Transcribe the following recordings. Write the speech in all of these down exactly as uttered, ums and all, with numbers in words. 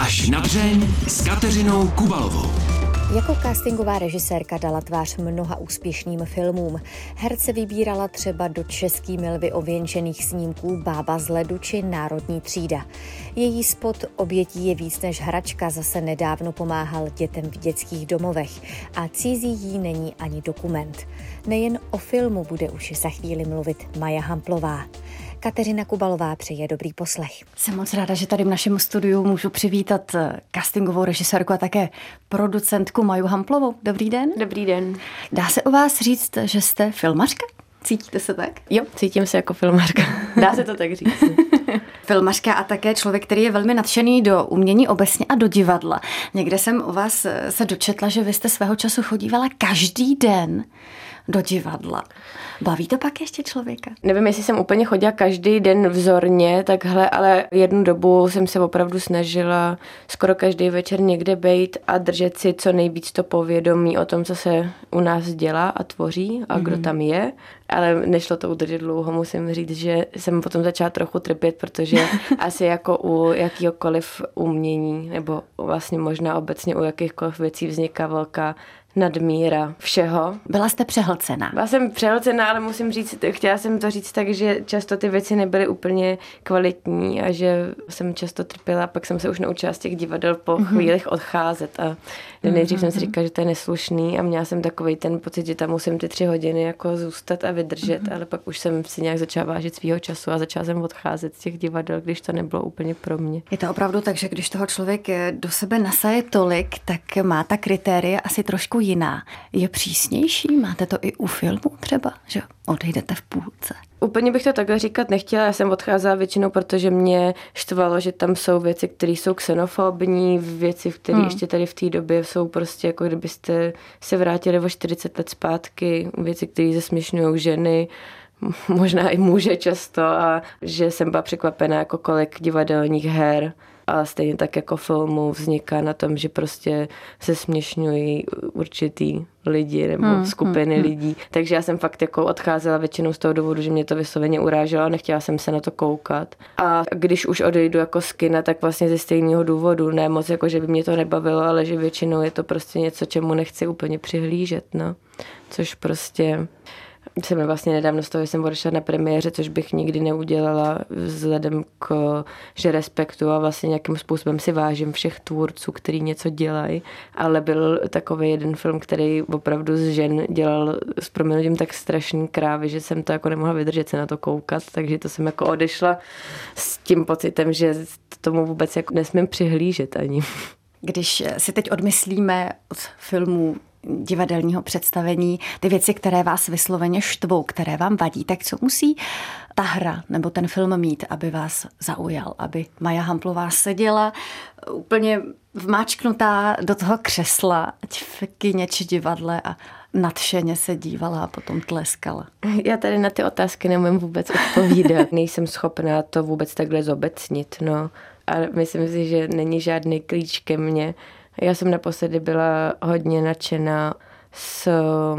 Až na dřeň s Kateřinou Kubalovou. Jako castingová režisérka dala tvář mnoha úspěšným filmům. Herce vybírala třeba do Český milvy ověnčených snímků Bába z ledu či Národní třída. Její spot Obětí je víc než hračka zase nedávno pomáhal dětem v dětských domovech a Cizí jí není ani dokument. Nejen o filmu bude už za chvíli mluvit Maja Hamplová. Kateřina Kubalová přeje dobrý poslech. Jsem moc ráda, že tady v našem studiu můžu přivítat castingovou režisérku a také producentku Maju Hamplovou. Dobrý den. Dobrý den. Dá se o vás říct, že jste filmařka? Cítíte se tak? Jo, cítím se jako filmařka. Dá se to tak říct. Filmařka a také člověk, který je velmi nadšený do umění obecně a do divadla. Někde jsem o vás se dočetla, že vy jste svého času chodívala každý den do divadla. Baví to pak ještě člověka? Nevím, jestli jsem úplně chodila každý den vzorně, takhle, ale jednu dobu jsem se opravdu snažila skoro každý večer někde bejt a držet si co nejvíc to povědomí o tom, co se u nás dělá a tvoří a kdo mm-hmm. tam je. Ale nešlo to udržet dlouho, musím říct, že jsem potom začala trochu trpět, protože asi jako u jakýhokoliv umění, nebo vlastně možná obecně u jakýchkoliv věcí vzniká velká nadmíra všeho. Byla jste přehlcená? Byla jsem přehlcená, ale musím říct, chtěla jsem to říct tak, že často ty věci nebyly úplně kvalitní a že jsem často trpěla, pak jsem se už naučila z těch divadel po mm-hmm. chvílích odcházet a nejdřív mm-hmm. jsem si říkala, že to je neslušný a měla jsem takovej ten pocit, že tam musím ty tři hodiny jako zůstat a vydržet, mm-hmm. ale pak už jsem si nějak začala vážit svýho času a začala jsem odcházet z těch divadel, když to nebylo úplně pro mě. Je to opravdu tak, že když toho člověk do sebe nasaje tolik, tak má ta kritéria asi trošku jiná. Je přísnější? Máte to i u filmu třeba, že odejdete v půlce? Úplně bych to takhle říkat nechtěla, já jsem odcházela většinou, protože mě štvalo, že tam jsou věci, které jsou xenofobní, věci, které hmm. ještě tady v té době jsou prostě jako kdybyste se vrátili o čtyřicet let zpátky, věci, které zesměšňují ženy, možná i muže často a že jsem byla překvapená, jako kolik divadelních her a stejně tak jako filmů vzniká na tom, že prostě se směšňují určitý lidi nebo hmm, skupiny hmm, lidí. Takže já jsem fakt jako odcházela většinou z toho důvodu, že mě to vysloveně uráželo a nechtěla jsem se na to koukat. A když už odejdu jako z kina, tak vlastně ze stejného důvodu. Ne moc jako, že by mě to nebavilo, ale že většinou je to prostě něco, čemu nechci úplně přihlížet. No. Což prostě se mi vlastně nedávno z toho, že jsem odešla na premiéře, což bych nikdy neudělala vzhledem k, že respektu a vlastně nějakým způsobem si vážím všech tvůrců, který něco dělají, ale byl takový jeden film, který opravdu z žen dělal s proměnutím tak strašný krávy, že jsem to jako nemohla vydržet se na to koukat, takže to jsem jako odešla s tím pocitem, že tomu vůbec jako nesmím přihlížet ani. Když si teď odmyslíme od filmů divadelního představení ty věci, které vás vysloveně štvou, které vám vadí, tak co musí ta hra nebo ten film mít, aby vás zaujal, aby Maja Hamplová seděla úplně vmáčknutá do toho křesla, ať v kině či divadle a nadšeně se dívala a potom tleskala. Já tady na ty otázky nemůžu vůbec odpovídat. Nejsem schopná to vůbec takhle zobecnit, no. A myslím si, že není žádný klíč ke mně. Já jsem naposledy byla hodně nadšená z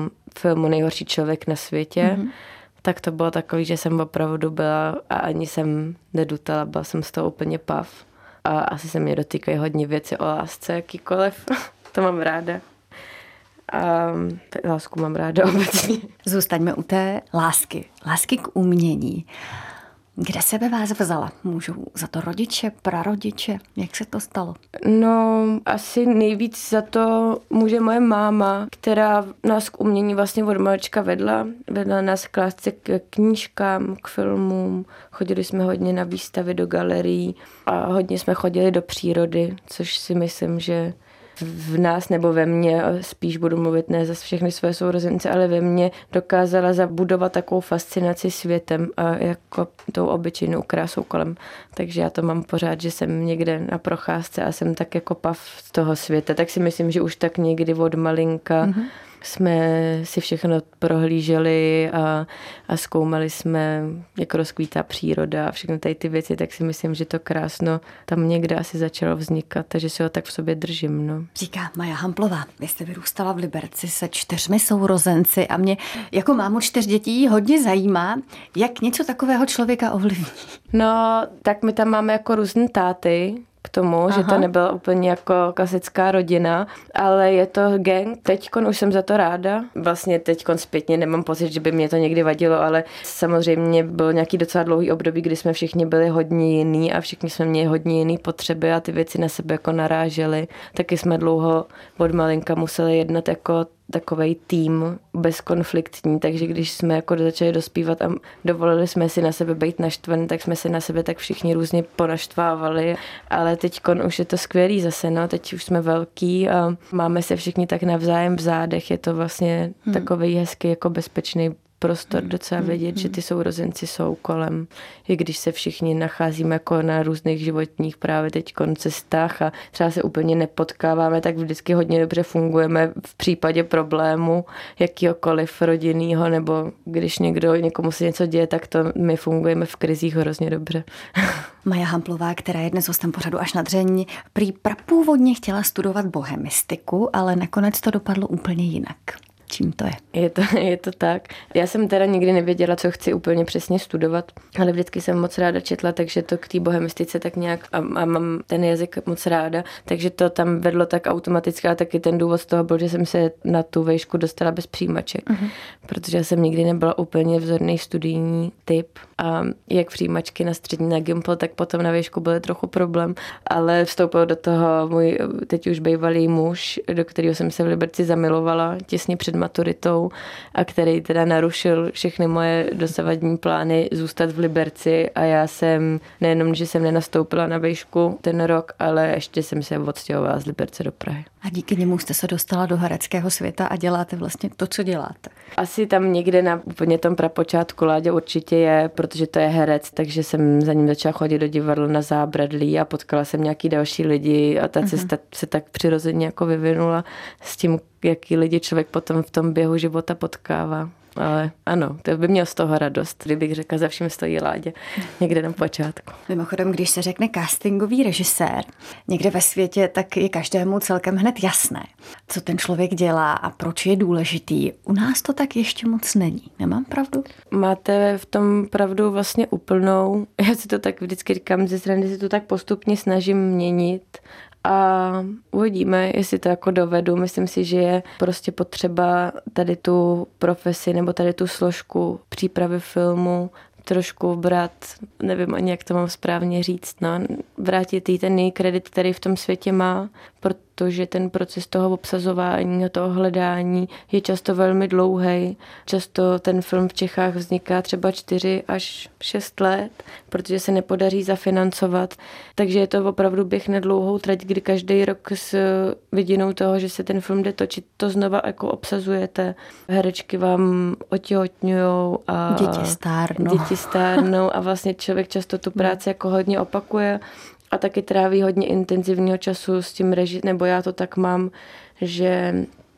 filmu Nejhorší člověk na světě. Mm-hmm. Tak to bylo takový, že jsem opravdu byla a ani jsem nedutala, byla jsem z toho úplně pav. A asi se mě dotýkají hodně věci o lásce, jakýkoliv. To mám ráda. A lásku mám ráda obecně. Zůstaňme u té lásky. Lásky k umění. Kde se by vás vzala? Můžou za to rodiče, prarodiče? Jak se to stalo? No, asi nejvíc za to může moje máma, která nás k umění vlastně od malička vedla. Vedla nás k lásce k knížkám, k filmům. Chodili jsme hodně na výstavy do galerií a hodně jsme chodili do přírody, což si myslím, že v nás nebo ve mně, spíš budu mluvit ne za všechny své sourozence, ale ve mně dokázala zabudovat takovou fascinaci světem a jako tou obyčejnou krásou kolem. Takže já to mám pořád, že jsem někde na procházce a jsem tak jako pav z toho světa. Tak si myslím, že už tak někdy od malinka mm-hmm. jsme si všechno prohlíželi a, a zkoumali jsme, jak rozkvítá příroda a všechny tady ty věci, tak si myslím, že to krásno tam někde asi začalo vznikat, takže si ho tak v sobě držím. No. Říká Maja Hamplová. Vy jste vyrůstala v Liberci se čtyřmi sourozenci a mě jako mámu čtyř dětí hodně zajímá, jak něco takového člověka ovlivní. No, tak my tam máme jako různý táty, k tomu, Aha. že to nebyla úplně jako klasická rodina, ale je to gang. Teďkon už jsem za to ráda. Vlastně teďkon zpětně nemám pocit, že by mě to někdy vadilo, ale samozřejmě byl nějaký docela dlouhý období, kdy jsme všichni byli hodně jiný a všichni jsme měli hodně jiný potřeby a ty věci na sebe jako narážely. Taky jsme dlouho od malinka museli jednat jako takovej tým bezkonfliktní, takže když jsme jako začali dospívat a dovolili jsme si na sebe být naštvaný, tak jsme se na sebe tak všichni různě ponaštvávali, ale teďkon už je to skvělý zase, no, teď už jsme velký a máme se všichni tak navzájem v zádech, je to vlastně hmm. takovej hezký jako bezpečný prostor docela vědět, že ty sourozenci jsou kolem, i když se všichni nacházíme jako na různých životních právě teď cestách a třeba se úplně nepotkáváme, tak vždycky hodně dobře fungujeme v případě problému jakýhokoliv rodinného, nebo když někdo, někomu se něco děje, tak to my fungujeme v krizích hrozně dobře. Maja Hamplová, která je dnes hostem pořadu Až na dřeň, prý prapůvodně chtěla studovat bohemistiku, ale nakonec to dopadlo úplně jinak. Čím to je? Je to, je to tak. Já jsem teda nikdy nevěděla, co chci úplně přesně studovat, ale vždycky jsem moc ráda četla, takže to k té bohemistice tak nějak a, a mám ten jazyk moc ráda, takže to tam vedlo tak automaticky a taky ten důvod z toho byl, že jsem se na tu vejšku dostala bez přijímaček, uh-huh. protože já jsem nikdy nebyla úplně vzorný studijní typ a jak přijímačky na střední na Gimpl, tak potom na vejšku byl trochu problém, ale vstoupil do toho můj teď už bývalý muž, do kterého jsem se v Liberci zamilovala těsně před maturitou a který teda narušil všechny moje dosavadní plány zůstat v Liberci a já jsem nejenom, že jsem nenastoupila na vejšku ten rok, ale ještě jsem se odstěhovala z Liberce do Prahy. A díky němu jste se dostala do hereckého světa a děláte vlastně to, co děláte. Asi tam někde na úplně tom prapočátku Láďa určitě je, protože to je herec, takže jsem za ním začala chodit do divadla na Zábradlí a potkala jsem nějaký další lidi a ta uh-huh. cesta se tak přirozeně jako vyvinula s tím, jaký lidi člověk potom v tom běhu života potkává. Ale ano, to by měl z toho radost, kdybych řekla, za vším stojí Láďa někde na počátku. Mimochodem, když se řekne castingový režisér, někde ve světě, tak je každému celkem hned jasné, co ten člověk dělá a proč je důležitý. U nás to tak ještě moc není. Nemám pravdu? Máte v tom pravdu vlastně úplnou. Já si to tak vždycky říkám, ze strany si to tak postupně snažím měnit. A uvidíme, jestli to jako dovedu. Myslím si, že je prostě potřeba tady tu profesi nebo tady tu složku přípravy filmu trošku brát, nevím ani, jak to mám správně říct, no, vrátit jí ten kredit, který v tom světě má, protože ten proces toho obsazování a toho hledání je často velmi dlouhý. Často ten film v Čechách vzniká třeba čtyři až šest let, protože se nepodaří zafinancovat. Takže je to opravdu běh na dlouhou trať, kdy každý rok s vidinou toho, že se ten film jde točit, to znova jako obsazujete. Herečky vám otěhotňujou a děti stárnou. Děti stárnou a vlastně člověk často tu práci jako hodně opakuje. A taky tráví hodně intenzivního času s tím režisérem, nebo já to tak mám, že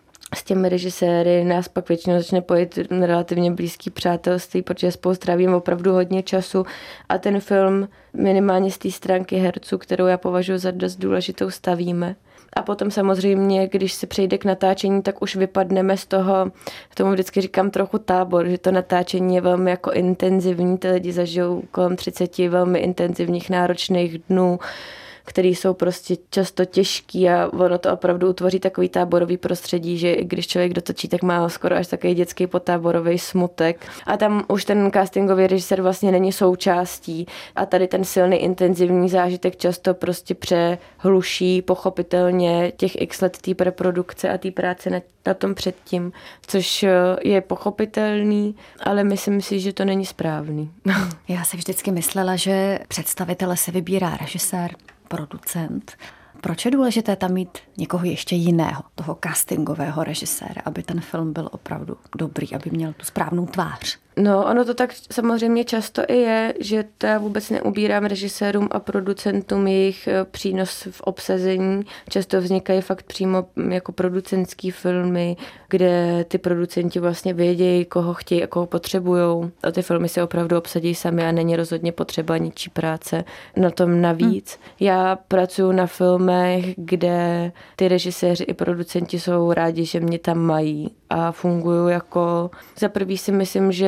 s těmi režiséry nás pak většinou začne pojít relativně blízký přátelství, protože spolu strávíme opravdu hodně času a ten film minimálně z té stránky herců, kterou já považuji za dost důležitou, stavíme. A potom samozřejmě, když se přejde k natáčení, tak už vypadneme z toho, tomu vždycky říkám trochu tábor, že to natáčení je velmi jako intenzivní, ty lidi zažijou kolem třiceti velmi intenzivních náročných dnů, které jsou prostě často těžký a ono to opravdu utvoří takový táborový prostředí, že když člověk dotočí, tak má skoro až takový dětský potáborový smutek. A tam už ten castingový režisér vlastně není součástí a tady ten silný intenzivní zážitek často prostě přehluší pochopitelně těch x let té preprodukce a té práce na, na tom předtím, což je pochopitelný, ale myslím si, že to není správný. Já si vždycky myslela, že představitele se vybírá režisér, producent. Proč je důležité tam mít někoho ještě jiného, toho castingového režiséra, aby ten film byl opravdu dobrý, aby měl tu správnou tvář? No, ono to tak samozřejmě často i je, že to já vůbec neubírám režisérům a producentům jejich přínos v obsazení. Často vznikají fakt přímo jako producentský filmy, kde ty producenti vlastně vědějí, koho chtějí a koho potřebujou. A ty filmy se opravdu obsadí sami a není rozhodně potřeba ničí práce na tom navíc. Hmm. Já pracuji na filmech, kde ty režiséři i producenti jsou rádi, že mě tam mají a fungují jako, za prvý si myslím, že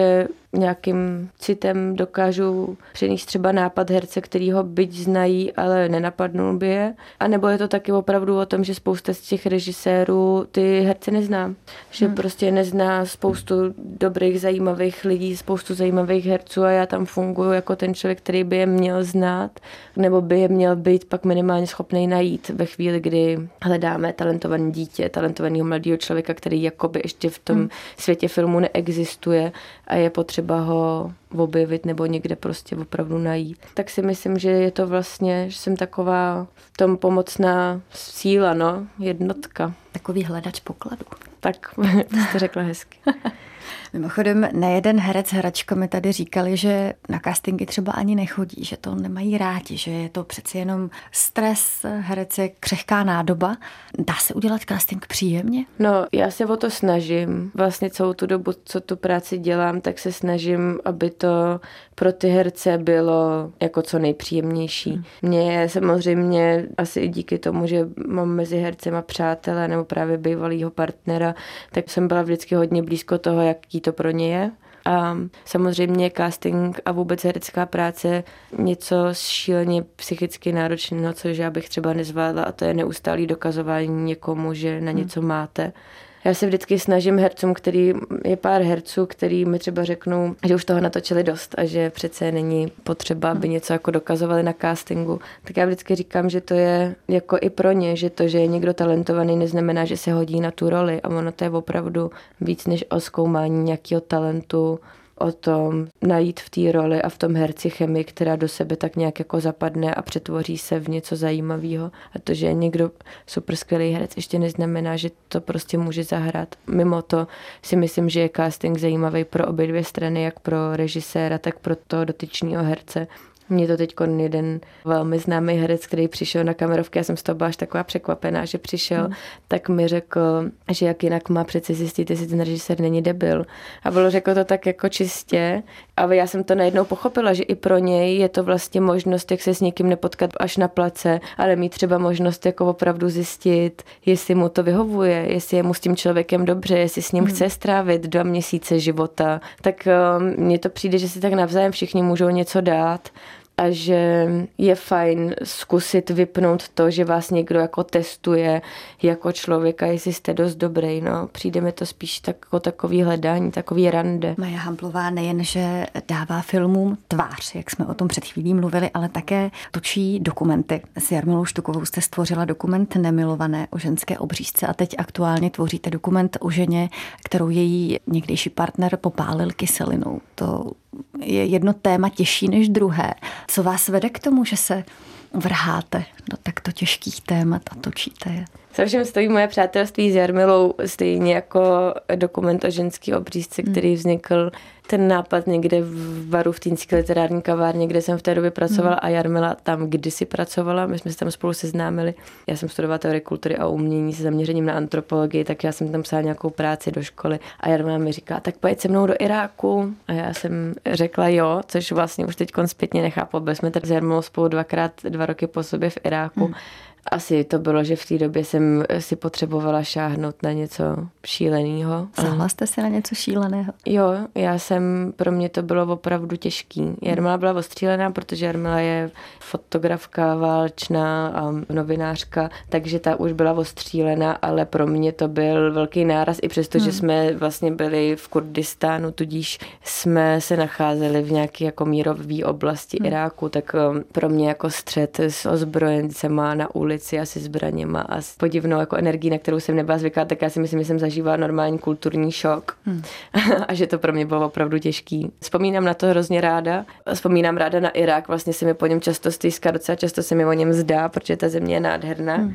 nějakým citem dokážou přinést třeba nápad herce, který ho byť znají, ale nenapadnul by je. A nebo je to taky opravdu o tom, že spousta z těch režisérů ty herce nezná. Že hmm. prostě nezná spoustu dobrých, zajímavých lidí, spoustu zajímavých herců a já tam funguji jako ten člověk, který by je měl znát, nebo by je měl být pak minimálně schopný najít ve chvíli, kdy hledáme talentované dítě, talentovaného mladého člověka, který jakoby ještě v tom hmm. světě filmu neexistuje a je potřeba ho objevit nebo někde prostě opravdu najít. Tak si myslím, že je to vlastně, že jsem taková v tom pomocná síla, no, jednotka. Takový hledač pokladu. Tak, to jste řekla hezky. Mimochodem, nejeden herec, herečka mi tady říkali, že na castingy třeba ani nechodí, že to nemají rádi, že je to přeci jenom stres, herec je křehká nádoba. Dá se udělat casting příjemně? No, já se o to snažím. Vlastně celou tu dobu, co tu práci dělám, tak se snažím, aby to pro ty herce bylo jako co nejpříjemnější. Hmm. Mně je samozřejmě asi i díky tomu, že mám mezi hercema přátele nebo právě bývalýho partnera, tak jsem byla vždycky hodně blízko toho, jaký to pro ně je. A samozřejmě casting a vůbec herecká práce něco šíleně psychicky náročného, což já bych třeba nezvládla, a to je neustálý dokazování někomu, že na něco máte. Já se vždycky snažím hercům, který je pár herců, který mi třeba řeknou, že už toho natočili dost a že přece není potřeba, aby něco jako dokazovali na castingu. Tak já vždycky říkám, že to je jako i pro ně, že to, že je někdo talentovaný, neznamená, že se hodí na tu roli. A ono to je opravdu víc než o zkoumání nějakého talentu, o tom najít v té roli a v tom herci chemii, která do sebe tak nějak jako zapadne a přetvoří se v něco zajímavého. A to, že je někdo super skvělý herec, ještě neznamená, že to prostě může zahrát. Mimo to si myslím, že je casting zajímavý pro obě dvě strany, jak pro režiséra, tak pro toho dotyčného herce. Mně to teď jeden velmi známý herec, který přišel na kamerovky, já jsem z toho byla až taková překvapená, že přišel, mm. tak mi řekl, že jak jinak má přece zjistit, jestli ten režisér není debil. A bylo řekl to tak jako čistě. A já jsem to najednou pochopila, že i pro něj je to vlastně možnost, jak se s někým nepotkat až na place, ale mít třeba možnost jako opravdu zjistit, jestli mu to vyhovuje, jestli je mu s tím člověkem dobře, jestli s ním mm. chce strávit dva měsíce života. Tak mně to přijde, že si tak navzájem všichni můžou něco dát. A že je fajn zkusit vypnout to, že vás někdo jako testuje jako člověka, jestli jste dost dobrý. No. Přijde mi to spíš tak, jako takový hledání, takový rande. Maja Hamplová nejenže dává filmům tvář, jak jsme o tom před chvílí mluvili, ale také točí dokumenty. S Jarmilou Štukovou jste stvořila dokument Nemilované o ženské obřízce a teď aktuálně tvoříte dokument o ženě, kterou její někdejší partner popálil kyselinou. To je jedno téma těžší než druhé. Co vás vede k tomu, že se vrháte do takto těžkých témat a točíte je? Za všem stojí moje přátelství s Jarmilou, stejně jako dokument o ženský obřízce, který vznikl ten nápad někde v baru v Týnské literární kavárně, kde jsem v té době pracovala a Jarmila tam kdysi pracovala, my jsme se tam spolu seznámili. Já jsem studovala teorii kultury a umění se zaměřením na antropologii, tak já jsem tam psala nějakou práci do školy a Jarmila mi říká, tak pojď se mnou do Iráku. A já jsem řekla jo, což vlastně už teď zpětně nechápu, byli jsme tady s Jarmilou spolu dvakrát, dva roky po sobě v Iráku. Hmm. Asi to bylo, že v té době jsem si potřebovala šáhnout na něco šíleného. Sáhla jste si na něco šíleného? Jo, já jsem, pro mě to bylo opravdu těžký. Jarmila byla ostřílená, protože Jarmila je fotografka, válečná a novinářka, takže ta už byla ostřílená, ale pro mě to byl velký náraz, i přesto, hmm. že jsme vlastně byli v Kurdistánu, tudíž jsme se nacházeli v nějaké jako mírové oblasti hmm. Iráku, tak pro mě jako střet s ozbrojencema na ulici a se zbraněma a s podivnou jako energií, na kterou jsem nebyla zvyklá, tak já si myslím, že jsem zažívala normální kulturní šok hmm. a že to pro mě bylo opravdu těžký. Vzpomínám na to hrozně ráda. Vzpomínám ráda na Irák, vlastně se mi po něm často stýská, docela často se mi o něm zdá, protože ta země je nádherná. Hmm.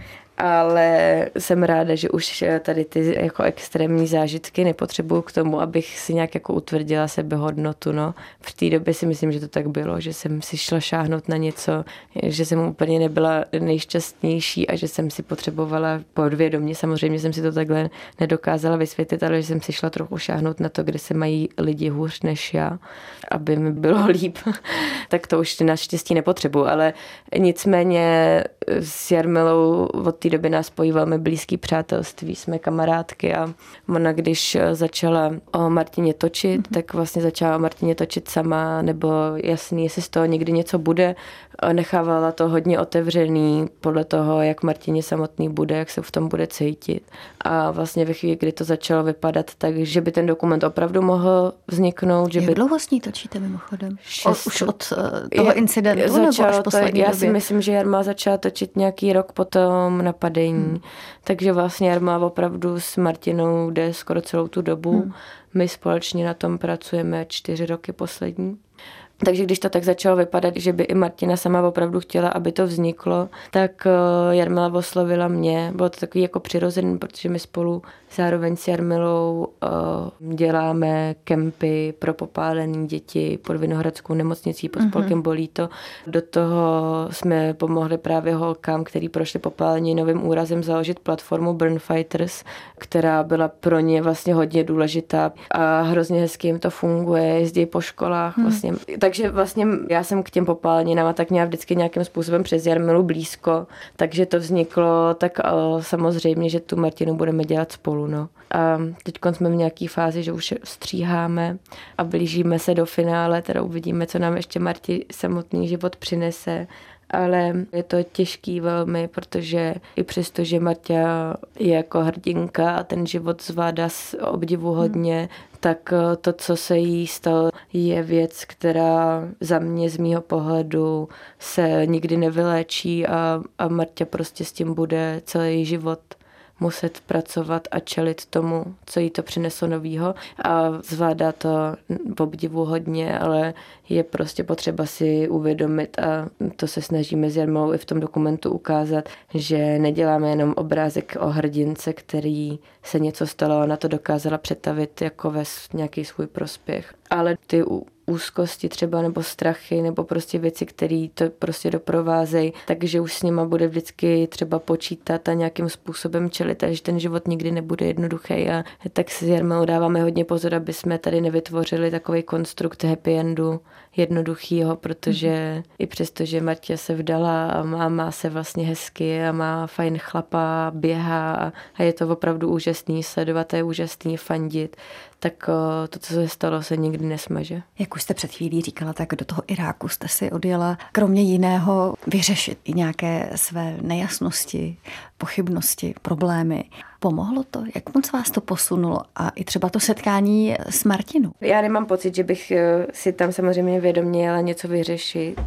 Ale jsem ráda, že už tady ty jako extrémní zážitky nepotřebuju k tomu, abych si nějak jako utvrdila sebehodnotu. No. V té době si myslím, že to tak bylo, že jsem si šla šáhnout na něco, že jsem úplně nebyla nejšťastnější a že jsem si potřebovala podvědomě, samozřejmě jsem si to takhle nedokázala vysvětlit, ale že jsem si šla trochu šáhnout na to, kde se mají lidi hůř než já, aby mi bylo líp. Tak to už naštěstí nepotřebuju, ale nicméně s Jarmilou od té době nás spojí velmi blízký přátelství, jsme kamarádky a ona, když začala o Martině točit, mm-hmm. tak vlastně začala o Martině točit sama, nebo jasný, jestli z toho někdy něco bude, nechávala to hodně otevřený podle toho, jak Martině samotný bude, jak se v tom bude cítit. A vlastně ve chvíli, kdy to začalo vypadat tak, že by ten dokument opravdu mohl vzniknout. Že jak by... dlouho s ní točíte mimochodem? Šest... O, už od uh, toho je, incidentu nebo až poslední Já době? si myslím, že Jarmila začala točit nějaký rok po tom napadení. Hmm. Takže vlastně Jarmila opravdu s Martinou jde skoro celou tu dobu. Hmm. My společně na tom pracujeme čtyři roky poslední. Takže když to tak začalo vypadat, že by i Martina sama opravdu chtěla, aby to vzniklo, tak Jarmila oslovila mě. Bylo to takový jako přirozený, protože my spolu zároveň s Jarmilou děláme kempy pro popálené děti pod Vinohradskou nemocnicí, pod spolkem Bolí to. Do toho jsme pomohli právě holkám, který prošli popálení novým úrazem, založit platformu Burn Fighters, která byla pro ně vlastně hodně důležitá a hrozně hezky jim to funguje, jezdí po školách vlastně. Hmm. Takže vlastně já jsem k těm popáleninám a tak měla vždycky nějakým způsobem přes Jarmilu blízko, takže to vzniklo tak samozřejmě, že tu Martinu budeme dělat spolu. No. A teď jsme v nějaké fázi, že už stříháme a blížíme se do finále, teda uvidíme, co nám ještě Marti samotný život přinese. Ale je to těžký velmi, protože i přesto, že Marta je jako hrdinka a ten život zvládá s obdivuhodně, hmm. tak to, co se jí stalo, je věc, která za mě z mýho pohledu se nikdy nevyléčí a, a Marta prostě s tím bude celý život muset pracovat a čelit tomu, co jí to přineslo novýho a zvládá to v obdivu hodně, ale je prostě potřeba si uvědomit a to se snažíme s Jarmilou i v tom dokumentu ukázat, že neděláme jenom obrázek o hrdince, který se něco stalo a na to dokázala přetavit jako ve nějaký svůj prospěch. Ale ty úzkosti třeba nebo strachy nebo prostě věci, které to prostě doprovázejí, takže už s nima bude vždycky třeba počítat a nějakým způsobem čelit, takže ten život nikdy nebude jednoduchý a tak s Jarmilou dáváme hodně pozor, aby jsme tady nevytvořili takový konstrukt happy endu jednoduchýho, protože mm-hmm. i přesto, že Martě se vdala a má, má se vlastně hezky a má fajn chlapa, běhá a, a je to opravdu úžasný sledovat, je úžasný fandit, tak to, co se stalo, se nikdy nesmaže. Jak už jste před chvílí říkala, tak do toho Iráku jste si odjela kromě jiného vyřešit i nějaké své nejasnosti, pochybnosti, problémy. Pomohlo to? Jak moc vás to posunulo? A i třeba to setkání s Martinou? Já nemám pocit, že bych si tam samozřejmě vědomě jela něco vyřešit,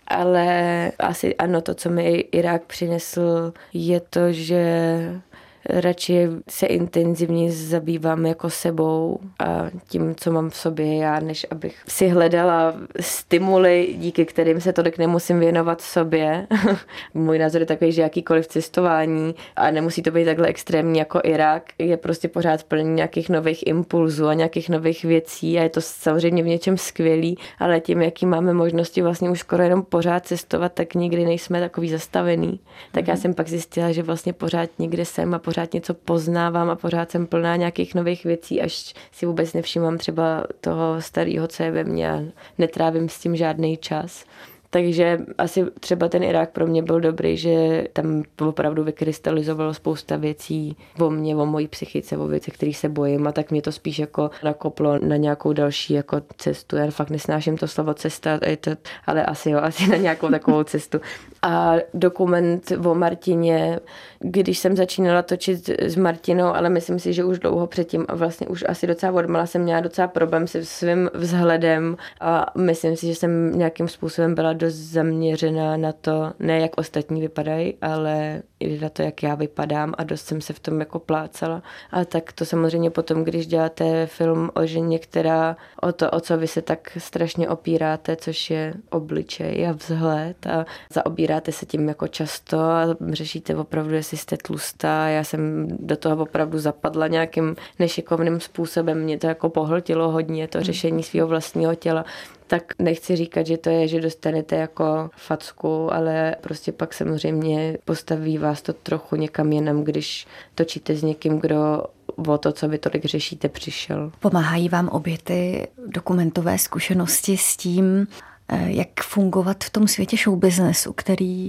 ale asi ano, to, co mi Irák přinesl, je to, že radši se intenzivně zabývám jako sebou a tím, co mám v sobě já, než abych si hledala stimuly, díky kterým se tolik nemusím věnovat sobě. Můj názor je takový, že jakýkoliv cestování, a nemusí to být takhle extrémní jako Irák, je prostě pořád plný nějakých nových impulzů a nějakých nových věcí a je to samozřejmě v něčem skvělý, ale tím, jaký máme možnosti vlastně už skoro jenom pořád cestovat, tak nikdy nejsme takový zastavený. Tak mm. já jsem pak zjistila, že vlastně pořád někde jsem a pořád něco poznávám a pořád jsem plná nějakých nových věcí, až si vůbec nevšímám třeba toho starého, co je ve mně a netrávím s tím žádný čas. Takže asi třeba ten Irák pro mě byl dobrý, že tam opravdu vykrystalizovalo spousta věcí o mně, o mojí psychice, o věcech, kterých se bojím a tak mě to spíš jako nakoplo na nějakou další jako cestu. Já fakt nesnáším to slovo cesta, to, ale asi jo, asi na nějakou takovou cestu. A dokument o Martině, když jsem začínala točit s Martinou, ale myslím si, že už dlouho předtím a vlastně už asi docela odmala jsem měla docela problém se svým vzhledem a myslím si, že jsem nějakým způsobem byla dost zaměřená na to, ne jak ostatní vypadají, ale i na to, jak já vypadám a dost jsem se v tom jako plácala. A tak to samozřejmě potom, když děláte film o ženě, která o to, o co vy se tak strašně opíráte, což je obličej a vzhled a zaobíráte se tím jako často a řešíte opravdu, jestli jste tlustá. Já jsem do toho opravdu zapadla nějakým nešikovným způsobem. Mě to jako pohltilo hodně, to řešení svého vlastního těla. Tak nechci říkat, že to je, že dostanete jako facku, ale prostě pak samozřejmě postaví vás to trochu někam jinam, když točíte s někým, kdo o to, co vy tolik řešíte, přišel. Pomáhají vám obě ty dokumentové zkušenosti s tím, jak fungovat v tom světě showbiznesu, který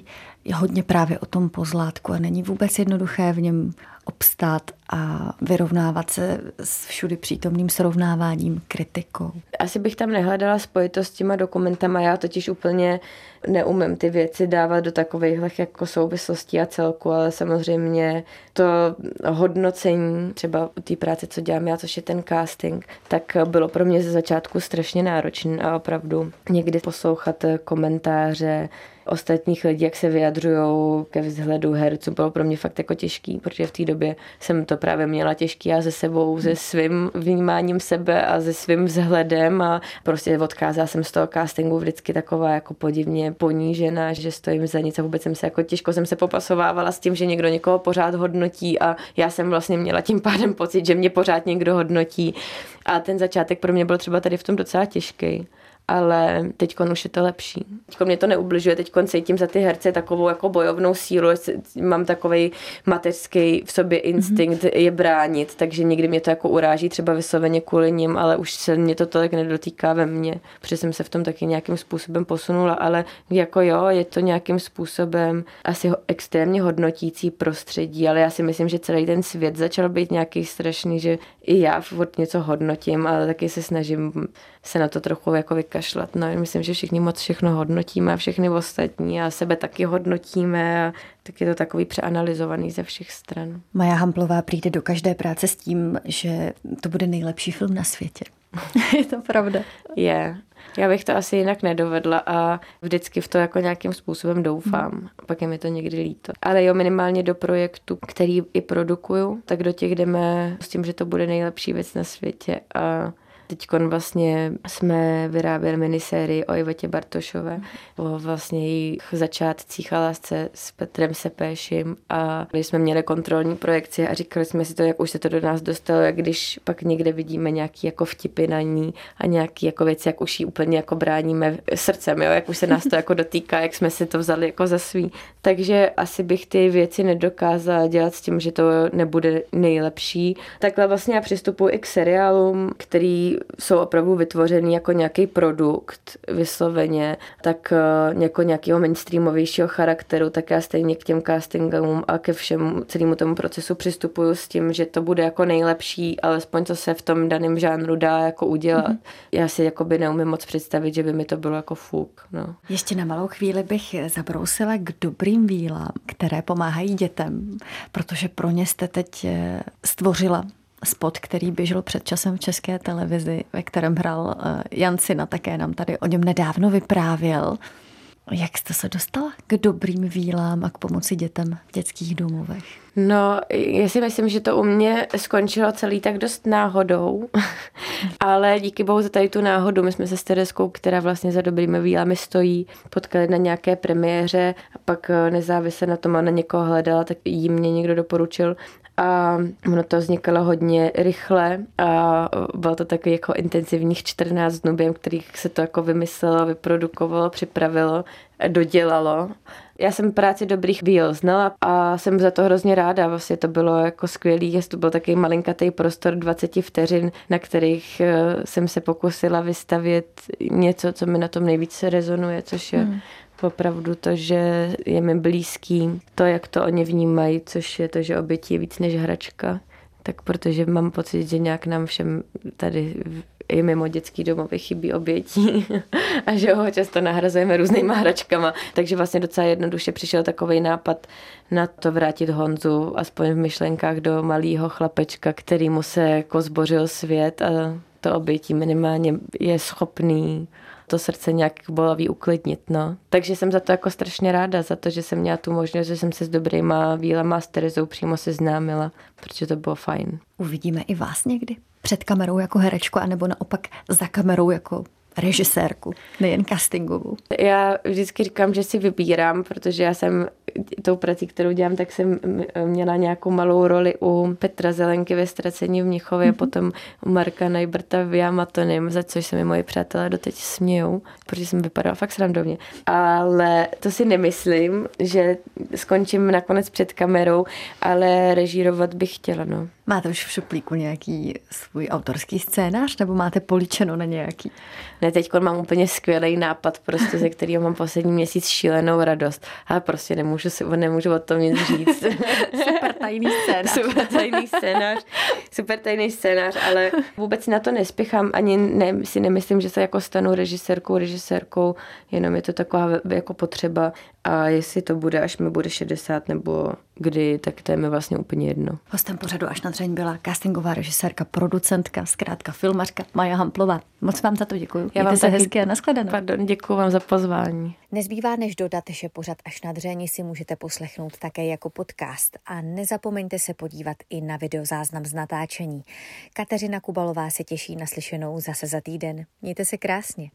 je hodně právě o tom pozlátku a není vůbec jednoduché v něm obstát a vyrovnávat se s všudy přítomným srovnáváním, kritikou. Asi bych tam nehledala spojitost s těma dokumentama, já totiž úplně neumím ty věci dávat do takových jako souvislostí a celku, ale samozřejmě to hodnocení, třeba té práce, co dělám já, což je ten casting, tak bylo pro mě ze začátku strašně náročné a opravdu někdy poslouchat komentáře ostatních lidí, jak se vyjadřují ke vzhledu herců, bylo pro mě fakt jako těžký, protože v té době jsem to právě měla těžký já se sebou, se svým vnímáním sebe a se svým vzhledem a prostě odcházela jsem z toho castingu vždycky taková jako podivně ponížená, že stojím za nic a vůbec jsem se jako těžko jsem se popasovávala s tím, že někdo někoho pořád hodnotí a já jsem vlastně měla tím pádem pocit, že mě pořád někdo hodnotí a ten začátek pro mě byl třeba tady v tom docela těžký. Ale teďkon už je to lepší. Teďkon mě to neubližuje, teďkon cítím za ty herce takovou jako bojovnou sílu, mám takovej mateřský v sobě instinkt mm-hmm. je bránit, takže někdy mě to jako uráží třeba vysloveně kvůli nim, ale už se mě to tolik nedotýká ve mně, protože jsem se v tom taky nějakým způsobem posunula, ale jako jo, je to nějakým způsobem asi extrémně hodnotící prostředí, ale já si myslím, že celý ten svět začal být nějaký strašný, že i já furt něco hodnotím, ale taky se snažím se na to trochu jako vykašlat. No, myslím, že všichni moc všechno hodnotíme a všechny ostatní a sebe taky hodnotíme a tak je to takový přeanalyzovaný ze všech stran. Maja Hamplová přijde do každé práce s tím, že to bude nejlepší film na světě. Je to pravda? Je. Já bych to asi jinak nedovedla a vždycky v to jako nějakým způsobem doufám. Hmm. Pak je mi to někdy líto. Ale jo, minimálně do projektu, který i produkuju, tak do těch jdeme s tím, že to bude nejlepší věc na světě a teďkon vlastně jsme vyráběli minisérii o Ivetě Bartošové, o vlastně jejich začátcích a lásce s Petrem Sepéšim a když jsme měli kontrolní projekci a říkali jsme si to, jak už se to do nás dostalo, jak když pak někde vidíme nějaký jako vtipy na ní a nějaký jako věci, jak už ji úplně jako bráníme srdcem, jo? Jak už se nás to jako dotýká, jak jsme si to vzali jako za svý. Takže asi bych ty věci nedokázala dělat s tím, že to nebude nejlepší. Takhle vlastně já přistupuji i k seriálům, který jsou opravdu vytvořený jako nějaký produkt vysloveně, tak jako nějakého mainstreamovějšího charakteru, tak já stejně k těm castingům a ke všemu celému tomu procesu přistupuju s tím, že to bude jako nejlepší, alespoň co se v tom daném žánru dá jako udělat. Mm-hmm. Já si jakoby neumím moc představit, že by mi to bylo jako fuk. No. Ještě na malou chvíli bych zabrousila k dobrým vílám, které pomáhají dětem, protože pro ně jste teď stvořila spot, který běžel před časem v České televizi, ve kterém hrál Jan Sina, také nám tady o něm nedávno vyprávěl. Jak jste se dostala k dobrým vílám a k pomoci dětem v dětských domovech? No, já si myslím, že to u mě skončilo celý tak dost náhodou, ale díky bohu za tady tu náhodu. My jsme se s Tereskou, která vlastně za dobrými vílami stojí, potkali na nějaké premiéře a pak nezávisle na tom, ona někoho hledala, tak jí mě někdo doporučil. A ono to vznikalo hodně rychle a bylo to takový jako intenzivních čtrnáct dnů, během kterých se to jako vymyslelo, vyprodukovalo, připravilo, dodělalo. Já jsem práci dobrých víl znala a jsem za to hrozně ráda. Vlastně to bylo jako skvělý, to byl takový malinkatý prostor dvacet vteřin, na kterých jsem se pokusila vystavět něco, co mi na tom nejvíce rezonuje, což je hmm. opravdu to, že je mi blízký, to, jak to oni vnímají, což je to, že obětí je víc než hračka. Tak protože mám pocit, že nějak nám všem tady i mimo dětský domovy chybí obětí a že ho často nahrazujeme různýma hračkama. Takže vlastně docela jednoduše přišel takovej nápad na to vrátit Honzu, aspoň v myšlenkách, do malého chlapečka, který mu se jako zbořil svět a to obětí minimálně je schopný to srdce nějak bolavý uklidnit, no. Takže jsem za to jako strašně ráda, za to, že jsem měla tu možnost, že jsem se s dobrýma vílama s Terezou přímo seznámila, protože to bylo fajn. Uvidíme i vás někdy před kamerou jako herečku, anebo naopak za kamerou jako režisérku, nejen castingovou. Já vždycky říkám, že si vybírám, protože já jsem tou prací, kterou dělám, tak jsem měla nějakou malou roli u Petra Zelenky ve Ztracení v Mnichově, mm-hmm. potom u Marka Najbrta v Jámatonym, za což se mi moji přátelé doteď smějou, protože jsem vypadala fakt srandovně. Ale to si nemyslím, že skončím nakonec před kamerou, ale režírovat bych chtěla, no. Máte už v šuplíku nějaký svůj autorský scénář, nebo máte políčeno na nějaký? Ne, Ne, teď mám úplně skvělý nápad, prostě, ze kterého mám poslední měsíc šílenou radost. Ale prostě nemůžu, si, nemůžu o tom nic říct. Super tajný scénář. Super tajný scénář. Super tajný scénář, ale vůbec na to nespěchám. Ani ne, si nemyslím, že se jako stanu režisérkou, režisérkou, jenom je to taková jako potřeba. A jestli to bude, až mi bude šedesát nebo kdy, tak to je mi vlastně úplně jedno. Hostem pořadu Až na dřeň byla castingová režisérka, producentka, zkrátka filmařka Maja Hamplová. Moc vám za to děkuji. Já vám se taky, hezky a nashledanou. Pardon, děkuji vám za pozvání. Nezbývá než dodat, že pořad Až na dřeň si můžete poslechnout také jako podcast a nezapomeňte se podívat i na videozáznam z natáčení. Kateřina Kubalová se těší na slyšenou zase za týden. Mějte se krásně.